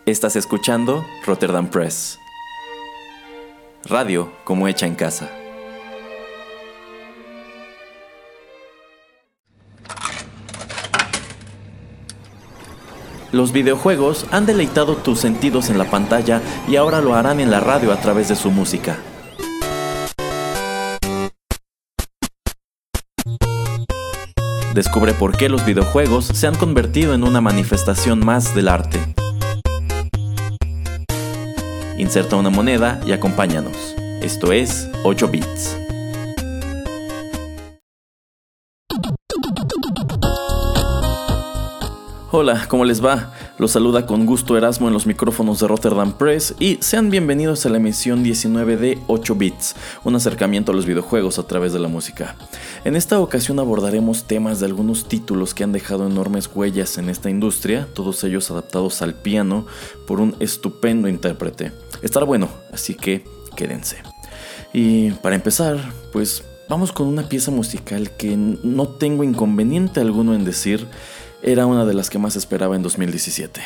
Estás escuchando Rotterdam Press. Radio como hecha en casa. Los videojuegos han deleitado tus sentidos en la pantalla y ahora lo harán en la radio a través de su música. Descubre por qué los videojuegos se han convertido en una manifestación más del arte. Inserta una moneda y acompáñanos. Esto es 8 bits. Hola, ¿cómo les va? Los saluda con gusto Erasmo en los micrófonos de Rotterdam Press y sean bienvenidos a la emisión 19 de 8 bits, un acercamiento a los videojuegos a través de la música. En esta ocasión abordaremos temas de algunos títulos que han dejado enormes huellas en esta industria, todos ellos adaptados al piano por un estupendo intérprete. Estará bueno, así que quédense. Y para empezar, pues vamos con una pieza musical que no tengo inconveniente alguno en decir. Era una de las que más esperaba en 2017.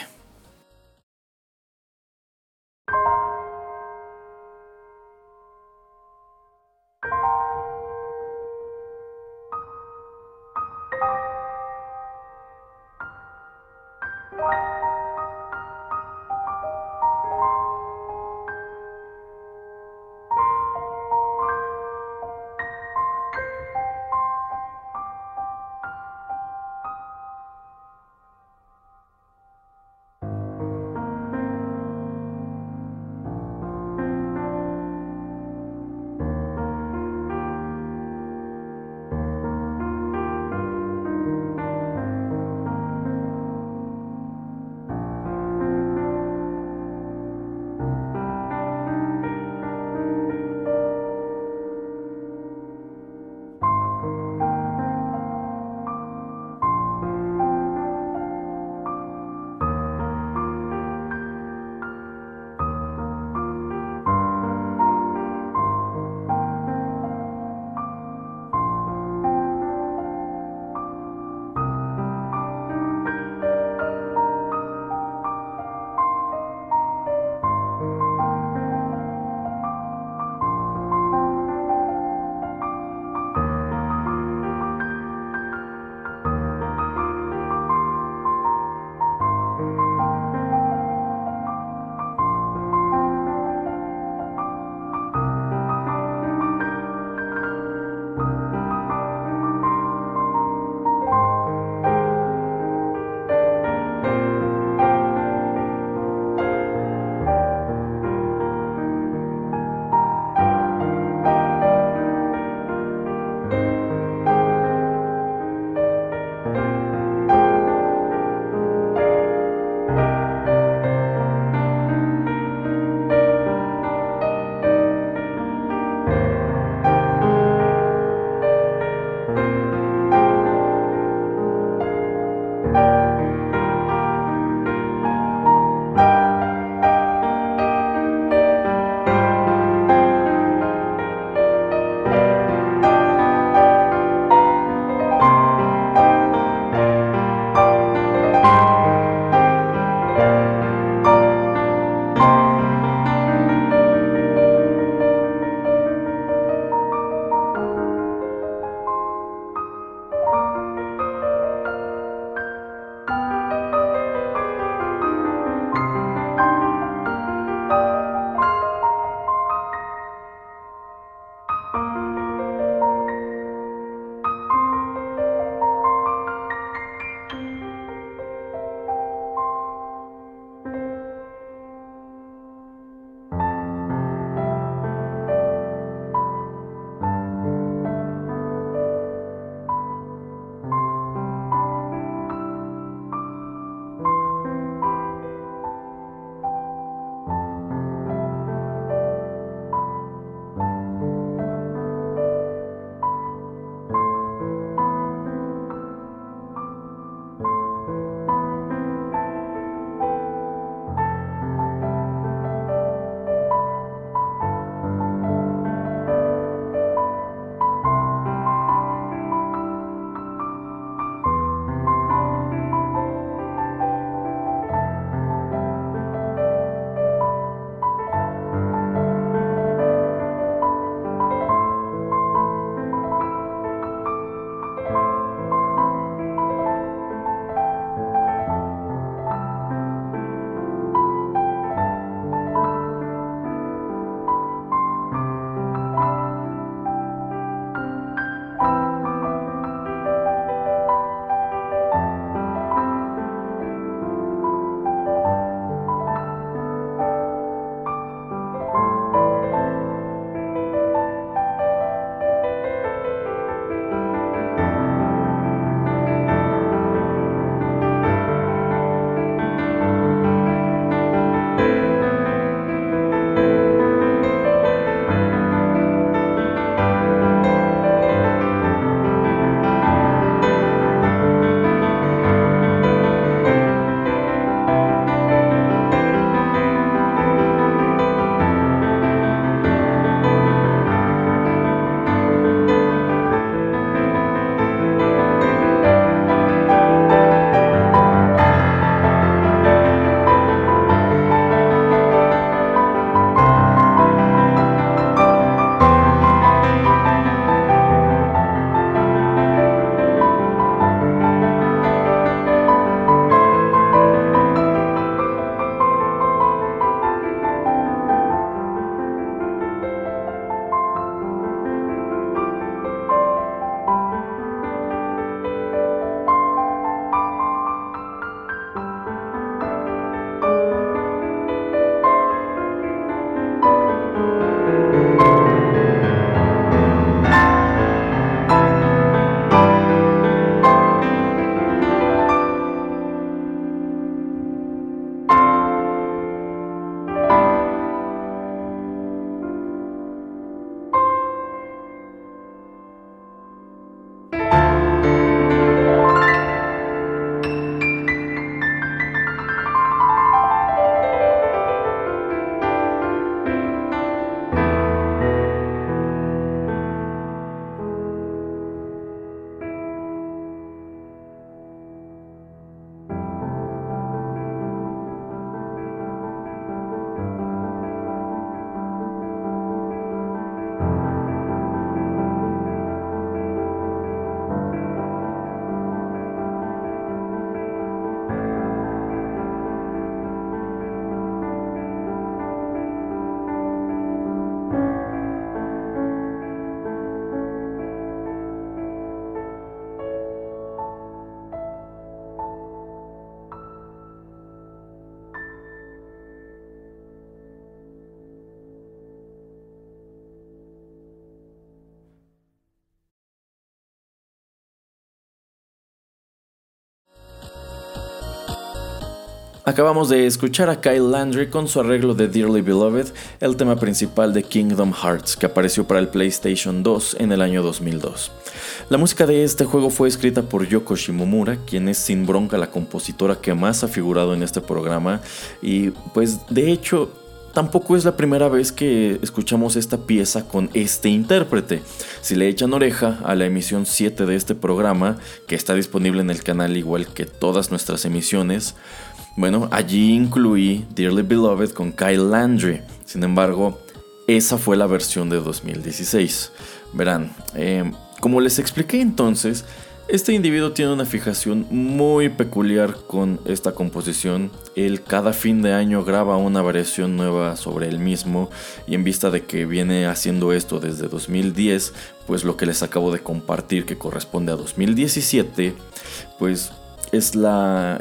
Acabamos de escuchar a Kyle Landry con su arreglo de Dearly Beloved, el tema principal de Kingdom Hearts, que apareció para el PlayStation 2 en el año 2002. La música de este juego fue escrita por Yoko Shimomura, quien es sin bronca la compositora que más ha figurado en este programa, y pues de hecho tampoco es la primera vez que escuchamos esta pieza con este intérprete. Si le echan oreja a la emisión 7 de este programa, que está disponible en el canal igual que todas nuestras emisiones, bueno, allí incluí Dearly Beloved con Kyle Landry. Sin embargo, esa fue la versión de 2016. Verán, como les expliqué entonces, este individuo tiene una fijación muy peculiar con esta composición. Él cada fin de año graba una variación nueva sobre él mismo, y en vista de que viene haciendo esto desde 2010, pues lo que les acabo de compartir, que corresponde a 2017, pues es la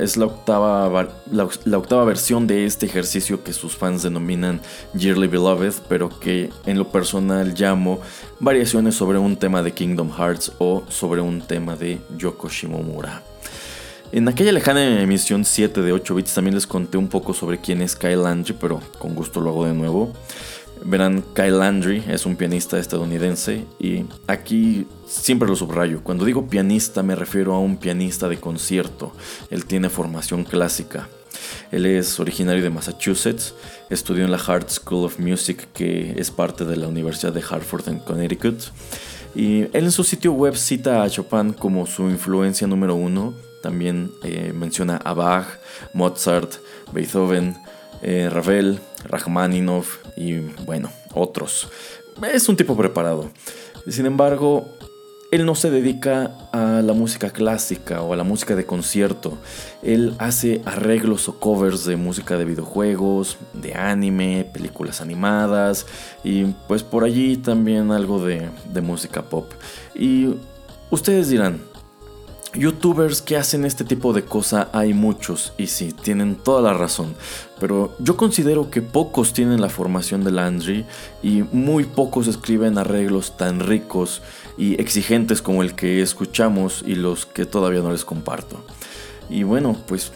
octava versión de este ejercicio que sus fans denominan Dearly Beloved, pero que en lo personal llamo variaciones sobre un tema de Kingdom Hearts o sobre un tema de Yoko Shimomura. En aquella lejana emisión 7 de 8 bits también les conté un poco sobre quién es Kyle Landry, pero con gusto lo hago de nuevo. Verán, Kyle Landry es un pianista estadounidense, y aquí siempre lo subrayo. Cuando digo pianista me refiero a un pianista de concierto. Él tiene formación clásica. Él es originario de Massachusetts, estudió en la Hart School of Music, que es parte de la Universidad de Hartford en Connecticut. Y él en su sitio web cita a Chopin como su influencia número 1. También menciona a Bach, Mozart, Beethoven, Ravel, Rachmaninoff y bueno, otros. Es un tipo preparado. Sin embargo, él no se dedica a la música clásica o a la música de concierto. Él hace arreglos o covers de música de videojuegos, de anime, películas animadas y pues por allí también algo de música pop. Y ustedes dirán, YouTubers que hacen este tipo de cosa hay muchos, y sí, tienen toda la razón, pero yo considero que pocos tienen la formación de Landry y muy pocos escriben arreglos tan ricos y exigentes como el que escuchamos y los que todavía no les comparto. Y bueno, pues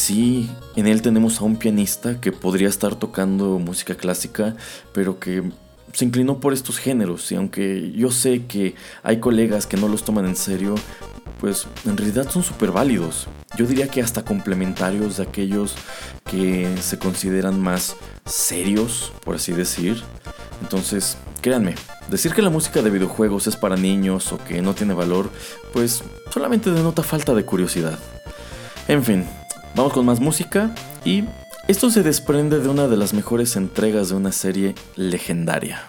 en él tenemos a un pianista que podría estar tocando música clásica, pero que se inclinó por estos géneros, y aunque yo sé que hay colegas que no los toman en serio, pues en realidad son súper válidos. Yo diría que hasta complementarios de aquellos que se consideran más serios, por así decir. Entonces, créanme, decir que la música de videojuegos es para niños o que no tiene valor, pues solamente denota falta de curiosidad. En fin, vamos con más música, y esto se desprende de una de las mejores entregas de una serie legendaria.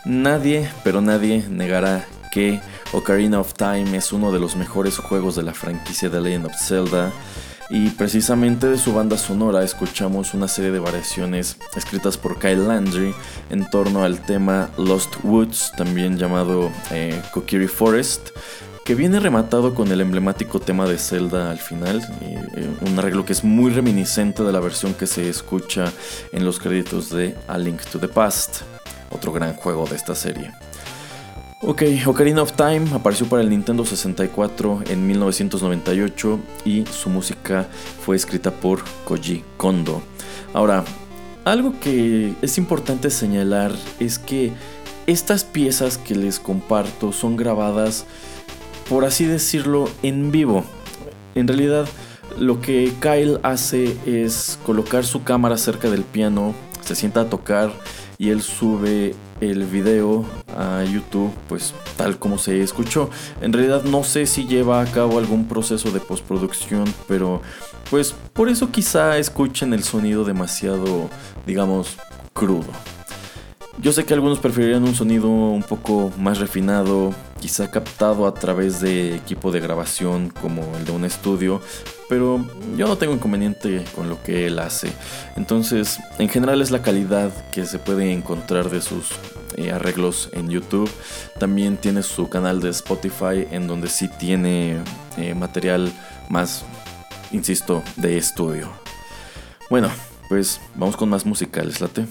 Nadie, pero nadie negará que Ocarina of Time es uno de los mejores juegos de la franquicia de Legend of Zelda. Y precisamente de su banda sonora escuchamos una serie de variaciones escritas por Kyle Landry en torno al tema Lost Woods, también llamado Kokiri Forest, que viene rematado con el emblemático tema de Zelda al final, un arreglo que es muy reminiscente de la versión que se escucha en los créditos de A Link to the Past, otro gran juego de esta serie. Ok, Ocarina of Time apareció para el Nintendo 64 en 1998 y su música fue escrita por Koji Kondo. Ahora, algo que es importante señalar es que estas piezas que les comparto son grabadas, por así decirlo, en vivo. En realidad, lo que Kyle hace es colocar su cámara cerca del piano, se sienta a tocar y él sube el video a YouTube pues tal como se escuchó. En realidad no sé si lleva a cabo algún proceso de postproducción, pero pues por eso quizá escuchen el sonido demasiado, digamos, crudo. Yo sé que algunos preferirían un sonido un poco más refinado, quizá captado a través de equipo de grabación como el de un estudio, pero yo no tengo inconveniente con lo que él hace. Entonces, en general es la calidad que se puede encontrar de sus arreglos en YouTube. También tiene su canal de Spotify en donde sí tiene material más, insisto, de estudio. Bueno, pues vamos con más música, ¿les late?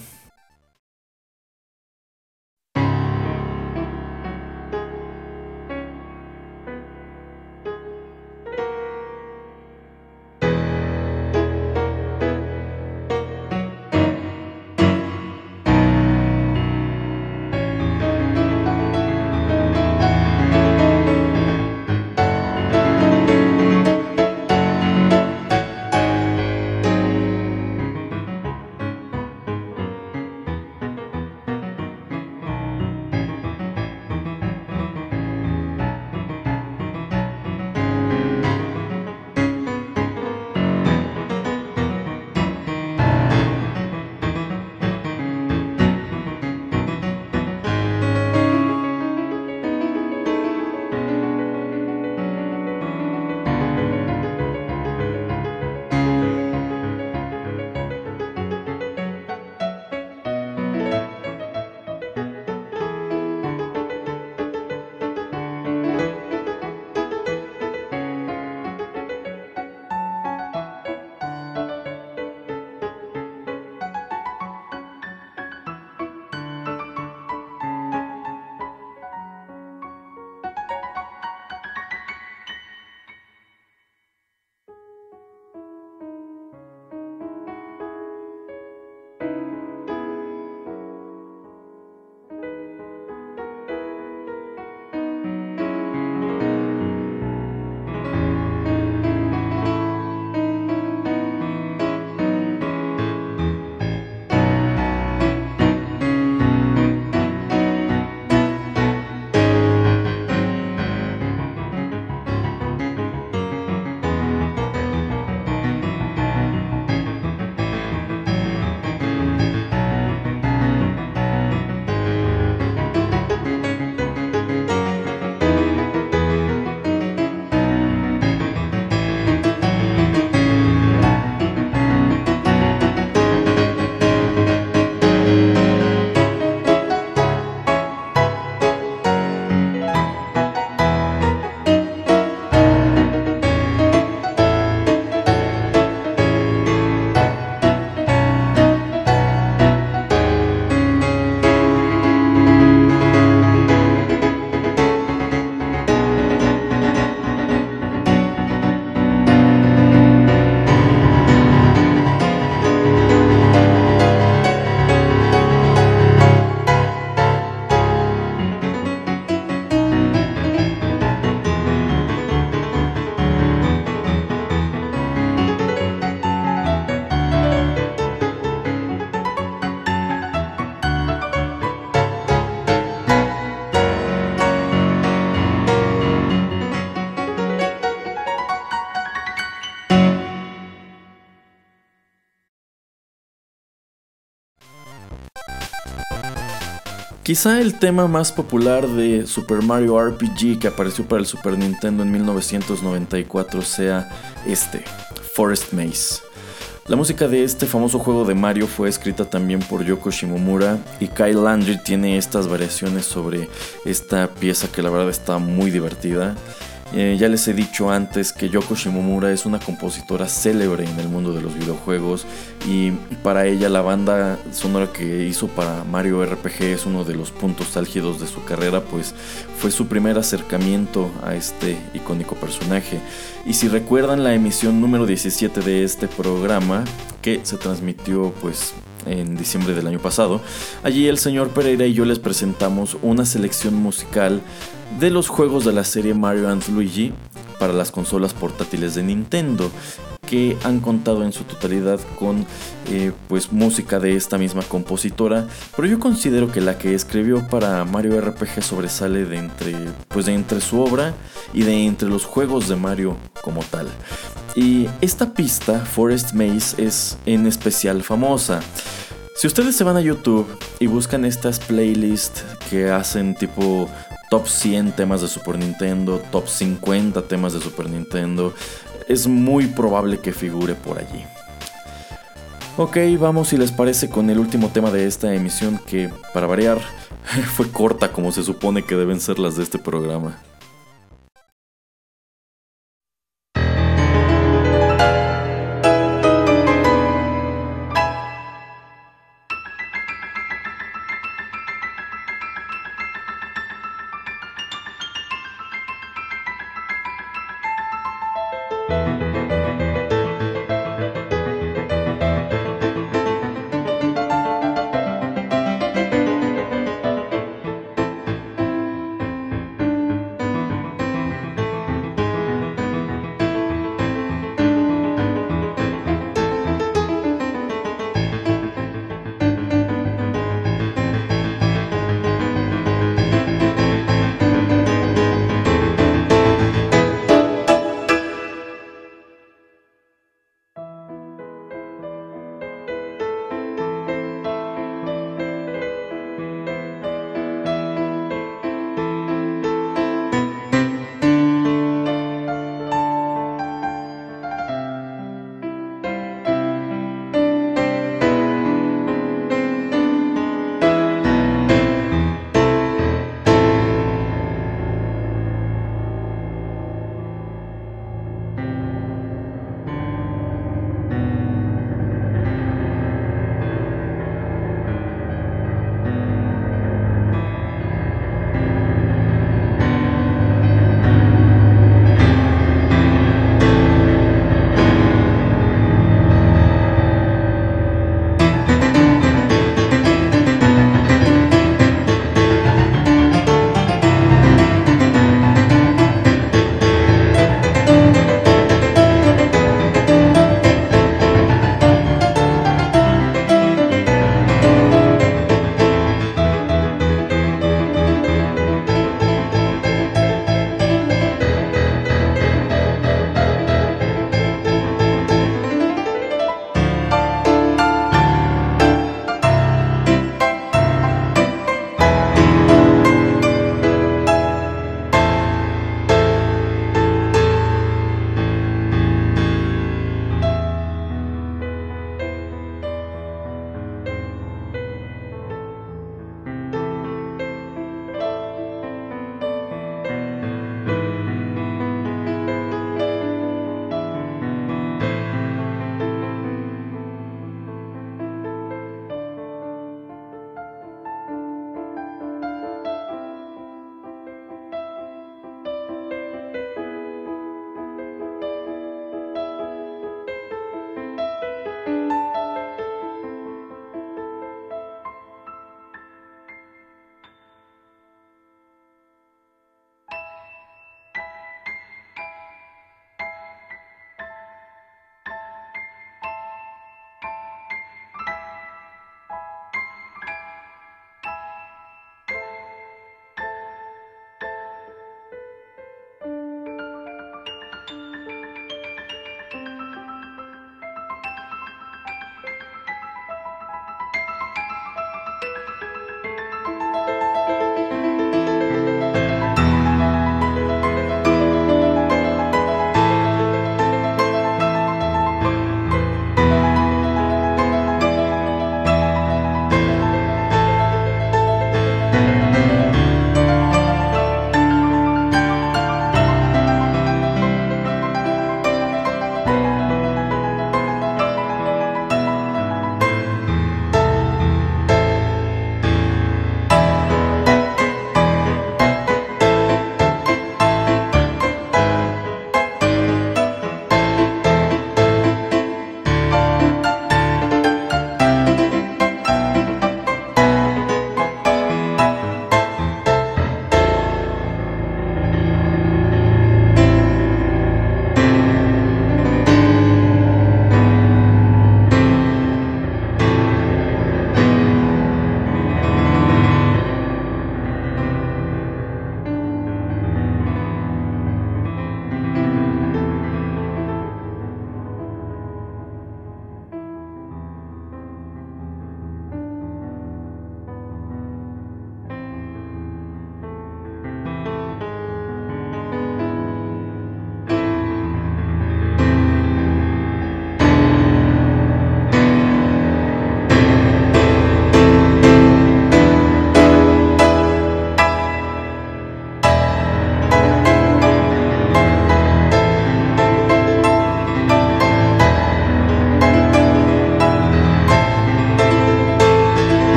Quizá el tema más popular de Super Mario RPG que apareció para el Super Nintendo en 1994 sea este, Forest Maze. La música de este famoso juego de Mario fue escrita también por Yoko Shimomura y Kyle Landry tiene estas variaciones sobre esta pieza que la verdad está muy divertida. Ya les he dicho antes que Yoko Shimomura es una compositora célebre en el mundo de los videojuegos y para ella la banda sonora que hizo para Mario RPG es uno de los puntos álgidos de su carrera, pues fue su primer acercamiento a este icónico personaje. Y si recuerdan la emisión número 17 de este programa, que se transmitió pues en diciembre del año pasado, allí el señor Pereira y yo les presentamos una selección musical de los juegos de la serie Mario & Luigi para las consolas portátiles de Nintendo, que han contado en su totalidad con pues música de esta misma compositora, pero yo considero que la que escribió para Mario RPG sobresale de entre su obra y de entre los juegos de Mario como tal. Y esta pista, Forest Maze, es en especial famosa. Si ustedes se van a YouTube y buscan estas playlists que hacen tipo top 100 temas de Super Nintendo, top 50 temas de Super Nintendo, es muy probable que figure por allí. Ok, vamos si les parece con el último tema de esta emisión que, para variar, fue corta como se supone que deben ser las de este programa.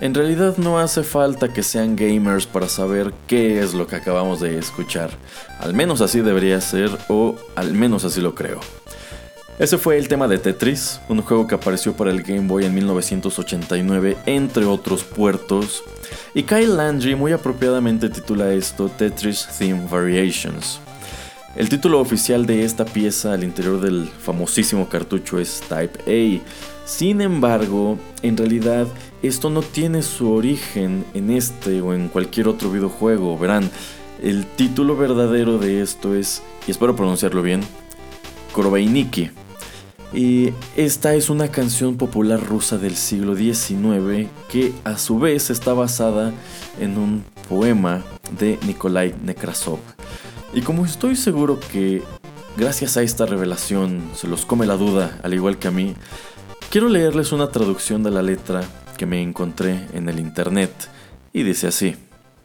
En realidad no hace falta que sean gamers para saber qué es lo que acabamos de escuchar. Al menos así debería ser, o al menos así lo creo. Ese fue el tema de Tetris, un juego que apareció para el Game Boy en 1989, entre otros puertos. Y Kyle Landry muy apropiadamente titula esto Tetris Theme Variations. El título oficial de esta pieza al interior del famosísimo cartucho es Type A. Sin embargo, en realidad esto no tiene su origen en este o en cualquier otro videojuego. Verán, el título verdadero de esto es, y espero pronunciarlo bien, Korobeiniki. Y esta es una canción popular rusa del siglo XIX que a su vez está basada en un poema de Nikolai Nekrasov. Y como estoy seguro que gracias a esta revelación se los come la duda, al igual que a mí, quiero leerles una traducción de la letra que me encontré en el internet y dice así: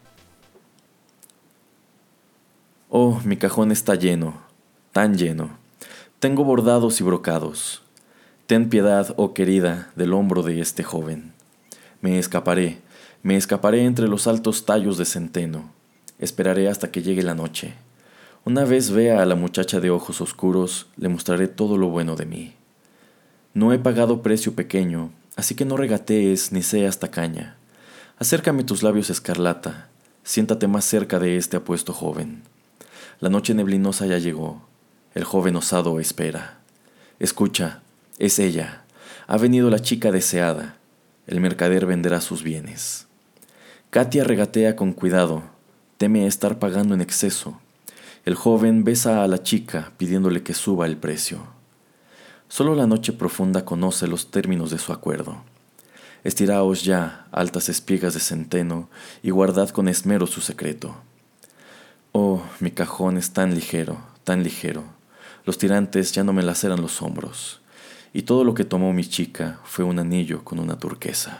Oh, mi cajón está lleno, tan lleno. Tengo bordados y brocados. Ten piedad, oh querida, del hombro de este joven. Me escaparé entre los altos tallos de centeno. Esperaré hasta que llegue la noche. Una vez vea a la muchacha de ojos oscuros, le mostraré todo lo bueno de mí. No he pagado precio pequeño, así que no regatees ni seas tacaña. Acércame tus labios escarlata, siéntate más cerca de este apuesto joven. La noche neblinosa ya llegó, el joven osado espera. Escucha, es ella, ha venido la chica deseada, el mercader venderá sus bienes. Katia regatea con cuidado, teme estar pagando en exceso. El joven besa a la chica pidiéndole que suba el precio. Solo la noche profunda conoce los términos de su acuerdo. Estiraos ya, altas espigas de centeno, y guardad con esmero su secreto. Oh, mi cajón es tan ligero, tan ligero. Los tirantes ya no me laceran los hombros, y todo lo que tomó mi chica fue un anillo con una turquesa.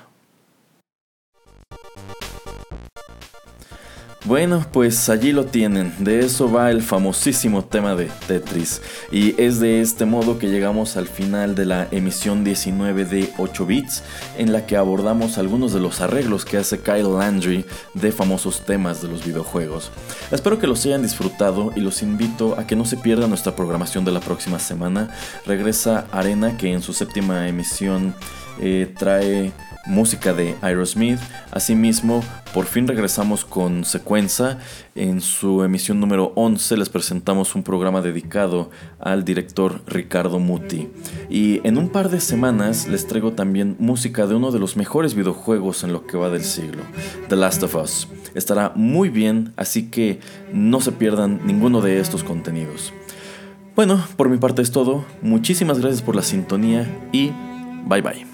Bueno, pues allí lo tienen, de eso va el famosísimo tema de Tetris, y es de este modo que llegamos al final de la emisión 19 de 8 bits, en la que abordamos algunos de los arreglos que hace Kyle Landry de famosos temas de los videojuegos. Espero que los hayan disfrutado y los invito a que no se pierdan nuestra programación de la próxima semana. Regresa Arena, que en su séptima emisión trae música de Aerosmith. Asimismo, por fin regresamos con Secuenza. En su emisión número 11 les presentamos un programa dedicado al director Ricardo Muti. Y en un par de semanas les traigo también música de uno de los mejores videojuegos en lo que va del siglo, The Last of Us. Estará muy bien, así que no se pierdan ninguno de estos contenidos. Bueno, por mi parte es todo. Muchísimas gracias por la sintonía y bye bye.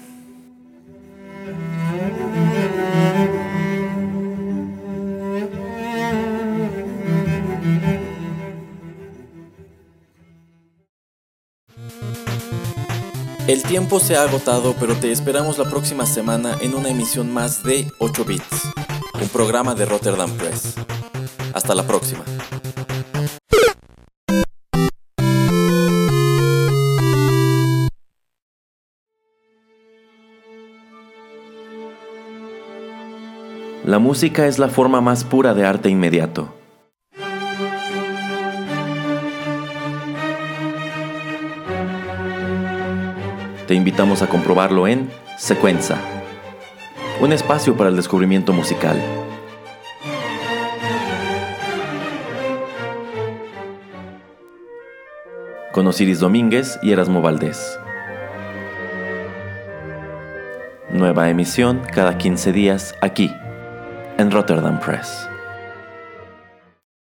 El tiempo se ha agotado, pero te esperamos la próxima semana en una emisión más de 8 bits, un programa de Rotterdam Press. Hasta la próxima. La música es la forma más pura de arte inmediato. Te invitamos a comprobarlo en Secuenza, un espacio para el descubrimiento musical. Con Osiris Domínguez y Erasmo Valdés. Nueva emisión cada 15 días aquí, en Rotterdam Press.